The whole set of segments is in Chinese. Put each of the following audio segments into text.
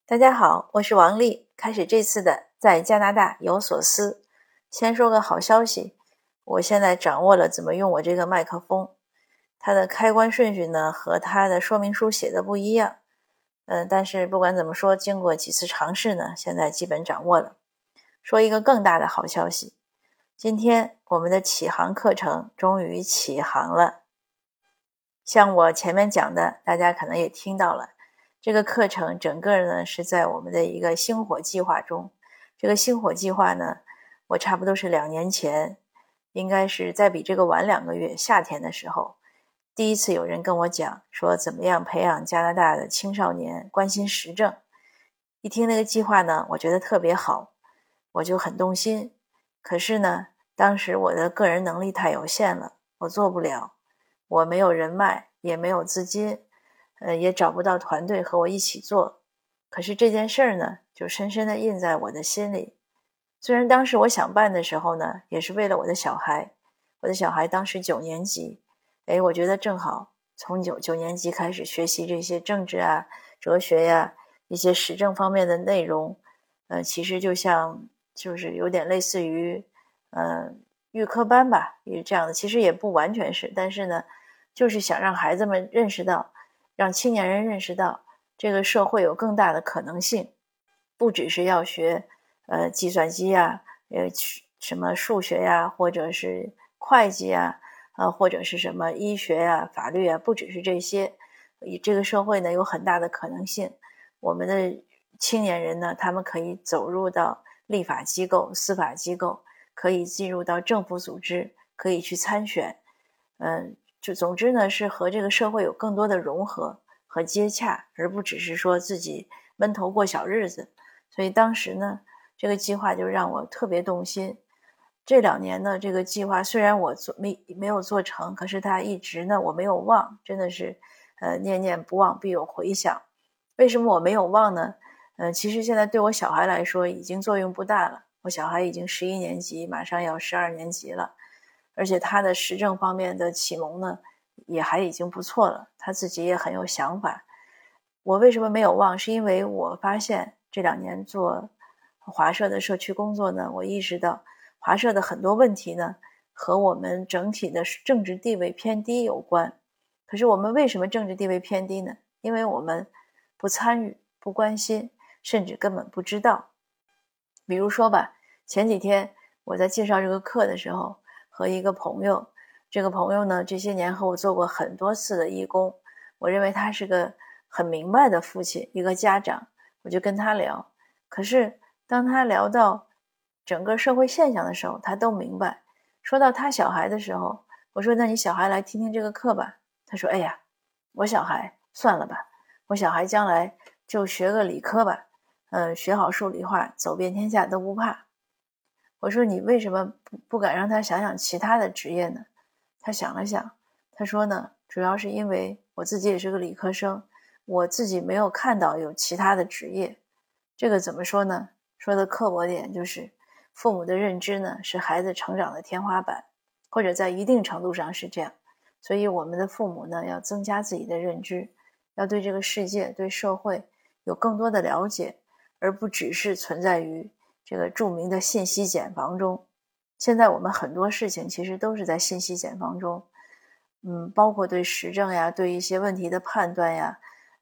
大家好，我是王丽。开始这次的在加拿大有所思。先说个好消息，我现在掌握了怎么用我这个麦克风。它的开关顺序呢和它的说明书写的不一样。但是不管怎么说，经过几次尝试呢，现在基本掌握了。说一个更大的好消息，今天我们的启航课程终于启航了。像我前面讲的，大家可能也听到了，这个课程整个呢是在我们的一个星火计划中。这个星火计划呢，我差不多是2年前，应该是再比这个晚2个月，夏天的时候，第一次有人跟我讲说怎么样培养加拿大的青少年关心时政。一听那个计划呢，我觉得特别好，我就很动心。可是呢，当时我的个人能力太有限了，我做不了。我没有人脉，也没有资金，也找不到团队和我一起做。可是这件事儿呢，就深深地印在我的心里。虽然当时我想办的时候呢，也是为了我的小孩。我的小孩当时9年级，我觉得正好从九年级开始学习这些政治啊、哲学呀、一些时政方面的内容。其实就是有点类似于预科班吧，也这样的，其实也不完全是，但是呢，就是想让孩子们认识到，让青年人认识到，这个社会有更大的可能性，不只是要学计算机呀，什么数学呀，或者是会计呀，或者是什么医学呀、法律啊，不只是这些。这个社会呢有很大的可能性，我们的青年人呢，他们可以走入到立法机构、司法机构。可以进入到政府组织，可以去参选。就总之呢，是和这个社会有更多的融合和接洽，而不只是说自己闷头过小日子。所以当时呢，这个计划就让我特别动心。这2年呢，这个计划虽然我没有做成，可是它一直呢我没有忘，真的是念念不忘必有回响。为什么我没有忘呢？其实现在对我小孩来说已经作用不大了。我小孩已经11年级，马上要12年级了，而且他的时政方面的启蒙呢，也还已经不错了，他自己也很有想法。我为什么没有忘？是因为我发现这2年做华社的社区工作呢，我意识到华社的很多问题呢，和我们整体的政治地位偏低有关。可是我们为什么政治地位偏低呢？因为我们不参与、不关心，甚至根本不知道。比如说吧，前几天我在介绍这个课的时候，和一个朋友，这个朋友呢，这些年和我做过很多次的义工，我认为他是个很明白的父亲，一个家长，我就跟他聊。可是当他聊到整个社会现象的时候，他都明白。说到他小孩的时候，我说那你小孩来听听这个课吧。他说哎呀，我小孩算了吧，我小孩将来就学个理科吧，学好数理化，走遍天下都不怕。我说你为什么不敢让他想想其他的职业呢？他想了想，他说呢，主要是因为我自己也是个理科生，我自己没有看到有其他的职业。这个怎么说呢？说的刻薄点就是父母的认知呢是孩子成长的天花板，或者在一定程度上是这样。所以我们的父母呢要增加自己的认知，要对这个世界、对社会有更多的了解，而不只是存在于这个著名的信息茧房中。现在我们很多事情其实都是在信息茧房中，包括对时政呀，对一些问题的判断呀，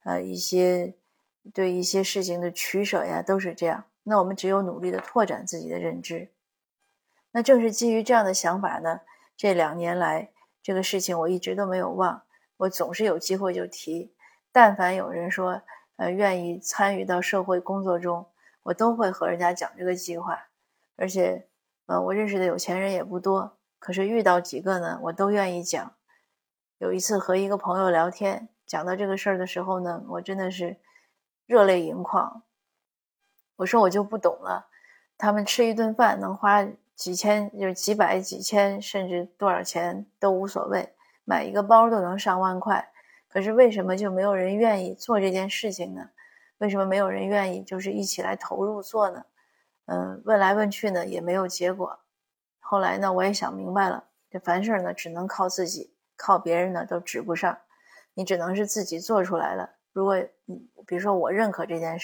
对一些事情的取舍呀，都是这样。那我们只有努力的拓展自己的认知。那正是基于这样的想法呢，这2年来这个事情我一直都没有忘，我总是有机会就提。但凡有人说愿意参与到社会工作中，我都会和人家讲这个计划。而且我认识的有钱人也不多，可是遇到几个呢，我都愿意讲。有一次和一个朋友聊天，讲到这个事儿的时候呢，我真的是热泪盈眶。我说我就不懂了，他们吃一顿饭能花几千，就是几百几千，甚至多少钱都无所谓，买一个包都能上万块，可是为什么就没有人愿意做这件事情呢？为什么没有人愿意就是一起来投入做呢？问来问去呢也没有结果。后来呢我也想明白了，这凡事呢只能靠自己，靠别人呢都指不上，你只能是自己做出来了。如果比如说我认可这件事儿，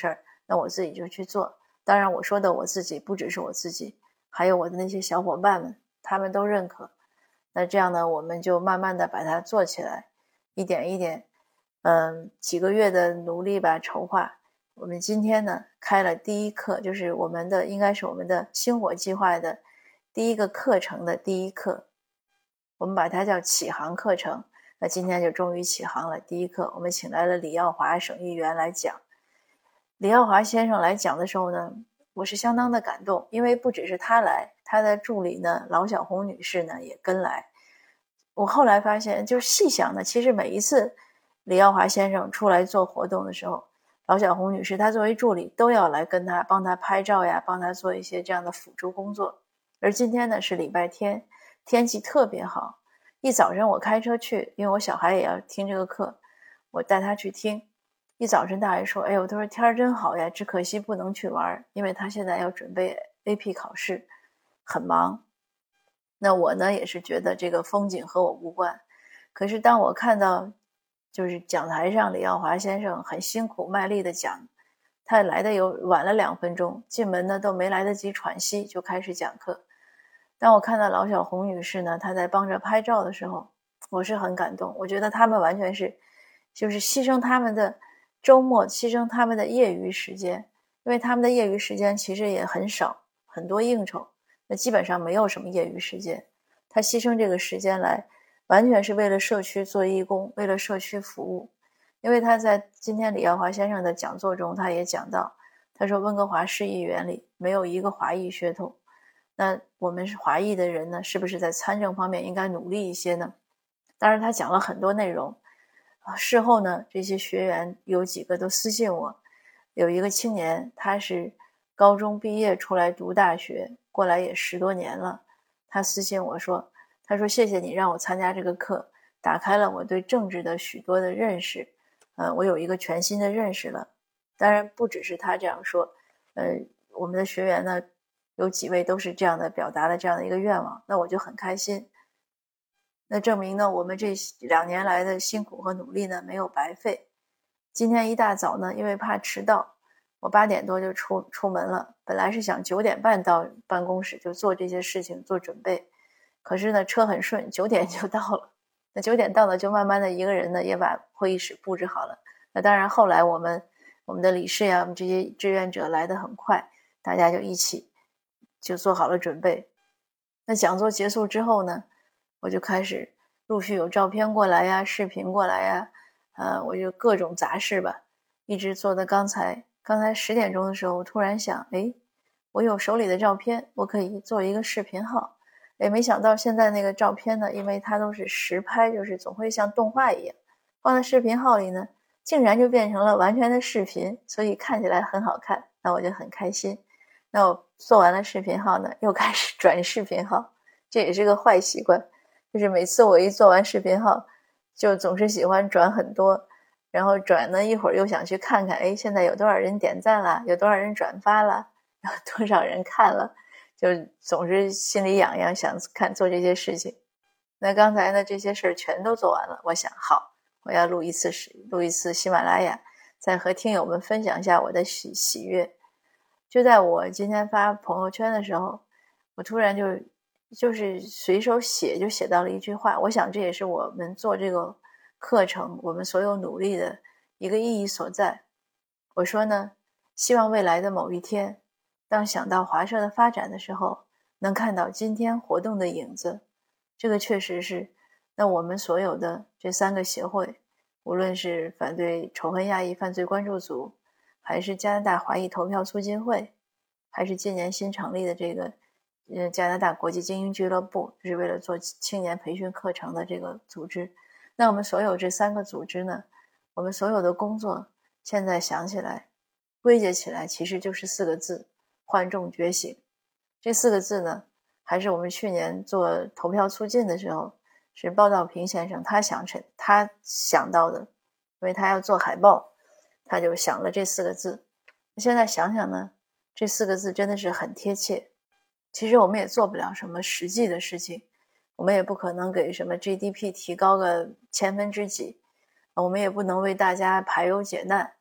那我自己就去做。当然我说的我自己不只是我自己，还有我的那些小伙伴们，他们都认可。那这样呢，我们就慢慢的把它做起来，一点一点，几个月的努力吧，筹划。我们今天呢开了第一课，就是应该是我们的星火计划的第一个课程的第一课，我们把它叫启航课程。那今天就终于启航了，第一课我们请来了李耀华省议员来讲。李耀华先生来讲的时候呢，我是相当的感动，因为不只是他来，他的助理呢劳小红女士呢也跟来。我后来发现，就是细想呢，其实每一次李耀华先生出来做活动的时候，劳小红女士她作为助理都要来跟他帮他拍照呀，帮他做一些这样的辅助工作。而今天呢是礼拜天，天气特别好，一早上我开车去，因为我小孩也要听这个课，我带他去听。一早晨大爷说，哎呦，他说天真好呀，只可惜不能去玩，因为他现在要准备 AP 考试，很忙。那我呢也是觉得这个风景和我无关，可是当我看到就是讲台上李耀华先生很辛苦卖力的讲，他来的晚了2分钟，进门呢都没来得及喘息就开始讲课。当我看到劳小红女士呢，她在帮着拍照的时候，我是很感动。我觉得他们完全是就是牺牲他们的周末，牺牲他们的业余时间，因为他们的业余时间其实也很少，很多应酬，那基本上没有什么业余时间。他牺牲这个时间来完全是为了社区做义工，为了社区服务。因为他在今天李耀华先生的讲座中他也讲到，他说温哥华市议员里没有一个华裔血统，那我们是华裔的人呢，是不是在参政方面应该努力一些呢？当然他讲了很多内容。事后呢，这些学员有几个都私信我，有一个青年他是高中毕业出来读大学，过来也10多年了，他私信我说，他说谢谢你让我参加这个课，打开了我对政治的许多的认识，我有一个全新的认识了。当然不只是他这样说，我们的学员呢有几位都是这样的表达了这样的一个愿望，那我就很开心。那证明呢，我们这2年来的辛苦和努力呢没有白费。今天一大早呢，因为怕迟到，我8点多就出门了。本来是想9点半到办公室就做这些事情做准备，可是呢车很顺，9点就到了。那9点到了就慢慢的一个人呢也把会议室布置好了。那当然后来我们的理事呀，我们这些志愿者来得很快，大家就一起就做好了准备。那讲座结束之后呢，我就开始陆续有照片过来呀，视频过来呀，我就各种杂事吧，一直做到刚才10点钟的时候，我突然想，我有手里的照片，我可以做一个视频号。没想到现在那个照片呢，因为它都是实拍，就是总会像动画一样，放在视频号里呢，竟然就变成了完全的视频，所以看起来很好看，那我就很开心。那我做完了视频号呢，又开始转视频号，这也是个坏习惯，就是每次我一做完视频号，就总是喜欢转很多，然后转呢一会儿又想去看看，现在有多少人点赞了，有多少人转发了，然后多少人看了，就总是心里痒痒，想做这些事情。那刚才呢这些事儿全都做完了，我想好，我要录一次喜马拉雅，再和听友们分享一下我的喜悦。就在我今天发朋友圈的时候，我突然就是随手就写到了一句话，我想这也是我们做这个课程我们所有努力的一个意义所在。我说呢，希望未来的某一天，当想到华社的发展的时候，能看到今天活动的影子。这个确实是，那我们所有的这3个协会，无论是反对仇恨亚裔犯罪关注组，还是加拿大华裔投票促进会，还是今年新成立的这个加拿大国际精英俱乐部，就是为了做青年培训课程的这个组织。那我们所有这3个组织呢，我们所有的工作现在想起来归结起来其实就是4个字，换众觉醒。这4个字呢，还是我们去年做投票促进的时候，是鲍道平先生他想到的，因为他要做海报，他就想了这4个字。现在想想呢，这4个字真的是很贴切。其实我们也做不了什么实际的事情，我们也不可能给什么 GDP 提高个1000分之几，我们也不能为大家排忧解难，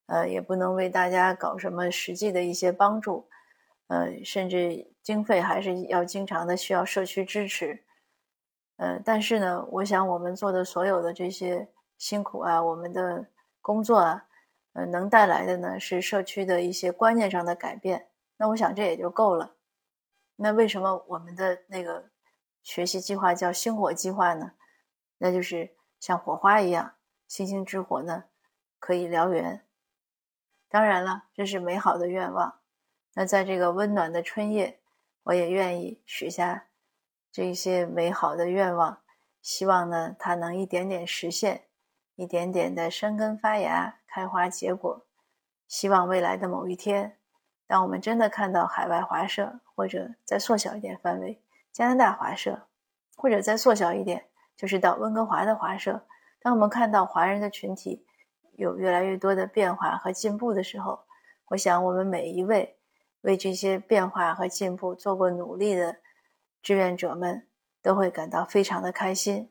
也不能为大家搞什么实际的一些帮助，甚至经费还是要经常的需要社区支持。但是呢，我想我们做的所有的这些辛苦啊，我们的工作啊，能带来的呢是社区的一些观念上的改变，那我想这也就够了。那为什么我们的那个学习计划叫星火计划呢？那就是像火花一样，星星之火呢可以燎原。当然了，这是美好的愿望。那在这个温暖的春夜，我也愿意许下这些美好的愿望，希望呢它能一点点实现，一点点的生根发芽，开花结果。希望未来的某一天，当我们真的看到海外华社，或者再缩小一点范围，加拿大华社，或者再缩小一点，就是到温哥华的华社，当我们看到华人的群体有越来越多的变化和进步的时候，我想我们每一位为这些变化和进步做过努力的志愿者们都会感到非常的开心。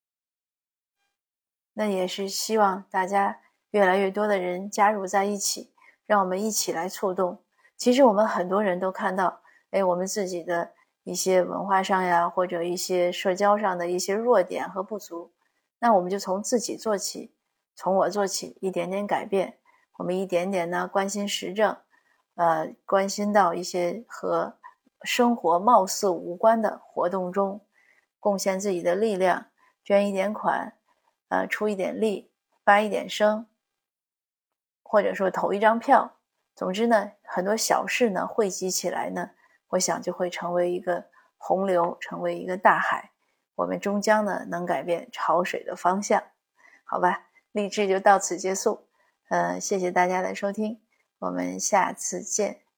那也是希望大家越来越多的人加入在一起，让我们一起来触动。其实我们很多人都看到，我们自己的一些文化上呀，或者一些社交上的一些弱点和不足，那我们就从自己做起，从我做起，一点点改变。我们一点点呢关心时政，关心到一些和生活貌似无关的活动中，贡献自己的力量，捐一点款，出一点力，发一点声，或者说投一张票。总之呢，很多小事呢汇集起来呢，我想就会成为一个洪流，成为一个大海。我们终将呢能改变潮水的方向。好吧，励志就到此结束。谢谢大家的收听，我们下次见。